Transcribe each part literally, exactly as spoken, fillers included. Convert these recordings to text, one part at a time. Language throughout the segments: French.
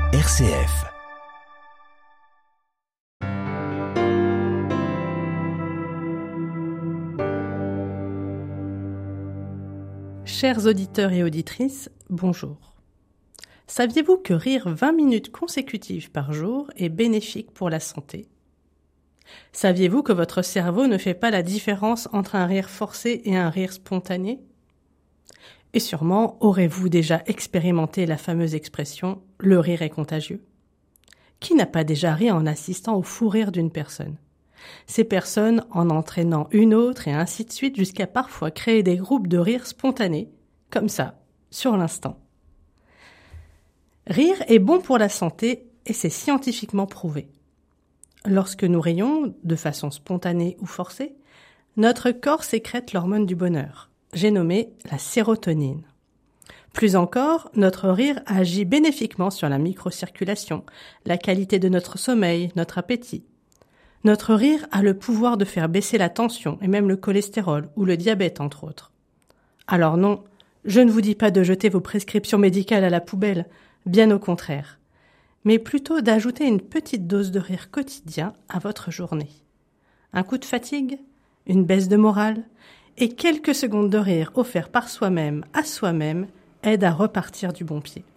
R C F. Chers auditeurs et auditrices, bonjour. Saviez-vous que rire vingt minutes consécutives par jour est bénéfique pour la santé ? Saviez-vous que votre cerveau ne fait pas la différence entre un rire forcé et un rire spontané ? Et sûrement aurez-vous déjà expérimenté la fameuse expression « le rire est contagieux ». Qui n'a pas déjà ri en assistant au fou rire d'une personne ? Ces personnes en entraînant une autre et ainsi de suite jusqu'à parfois créer des groupes de rire spontanés, comme ça, sur l'instant. Rire est bon pour la santé et c'est scientifiquement prouvé. Lorsque nous rions, de façon spontanée ou forcée, notre corps sécrète l'hormone du bonheur, j'ai nommé la sérotonine. Plus encore, notre rire agit bénéfiquement sur la microcirculation, la qualité de notre sommeil, notre appétit. Notre rire a le pouvoir de faire baisser la tension et même le cholestérol ou le diabète entre autres. Alors non, je ne vous dis pas de jeter vos prescriptions médicales à la poubelle, bien au contraire. Mais plutôt d'ajouter une petite dose de rire quotidien à votre journée. Un coup de fatigue, une baisse de morale, et quelques secondes de rire offerts par soi-même à soi-même aident à repartir du bon pied.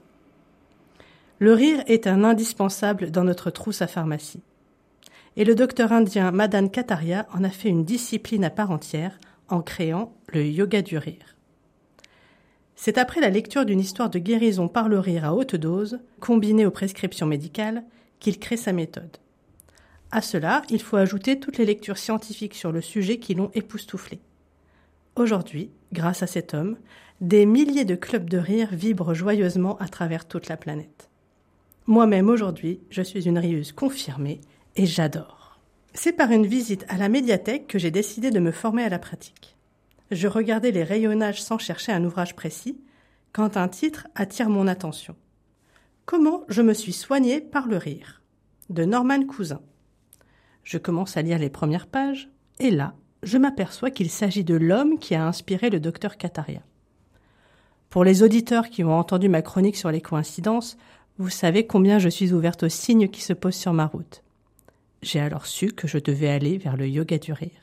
Le rire est un indispensable dans notre trousse à pharmacie. Et le docteur indien Madan Kataria en a fait une discipline à part entière en créant le yoga du rire. C'est après la lecture d'une histoire de guérison par le rire à haute dose, combinée aux prescriptions médicales, qu'il crée sa méthode. À cela, il faut ajouter toutes les lectures scientifiques sur le sujet qui l'ont époustouflé. Aujourd'hui, grâce à cet homme, des milliers de clubs de rire vibrent joyeusement à travers toute la planète. Moi-même aujourd'hui, je suis une rieuse confirmée et j'adore. C'est par une visite à la médiathèque que j'ai décidé de me former à la pratique. Je regardais les rayonnages sans chercher un ouvrage précis, quand un titre attire mon attention. Comment je me suis soignée par le rire, de Norman Cousin. Je commence à lire les premières pages, et là, je m'aperçois qu'il s'agit de l'homme qui a inspiré le docteur Kataria. Pour les auditeurs qui ont entendu ma chronique sur les coïncidences, vous savez combien je suis ouverte aux signes qui se posent sur ma route. J'ai alors su que je devais aller vers le yoga du rire.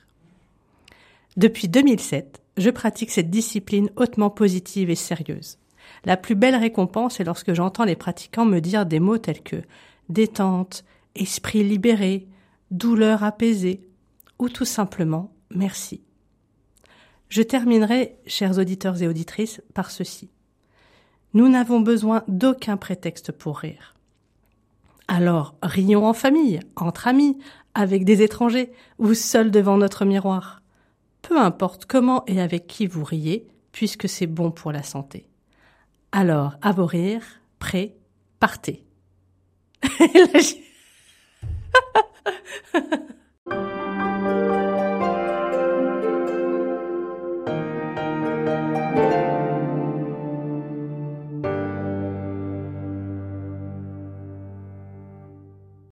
Depuis deux mille sept, je pratique cette discipline hautement positive et sérieuse. La plus belle récompense est lorsque j'entends les pratiquants me dire des mots tels que détente, esprit libéré, douleur apaisée ou tout simplement merci. Je terminerai, chers auditeurs et auditrices, par ceci. Nous n'avons besoin d'aucun prétexte pour rire. Alors, rions en famille, entre amis, avec des étrangers ou seuls devant notre miroir. Peu importe comment et avec qui vous riez, puisque c'est bon pour la santé. Alors, à vos rires, prêts, partez.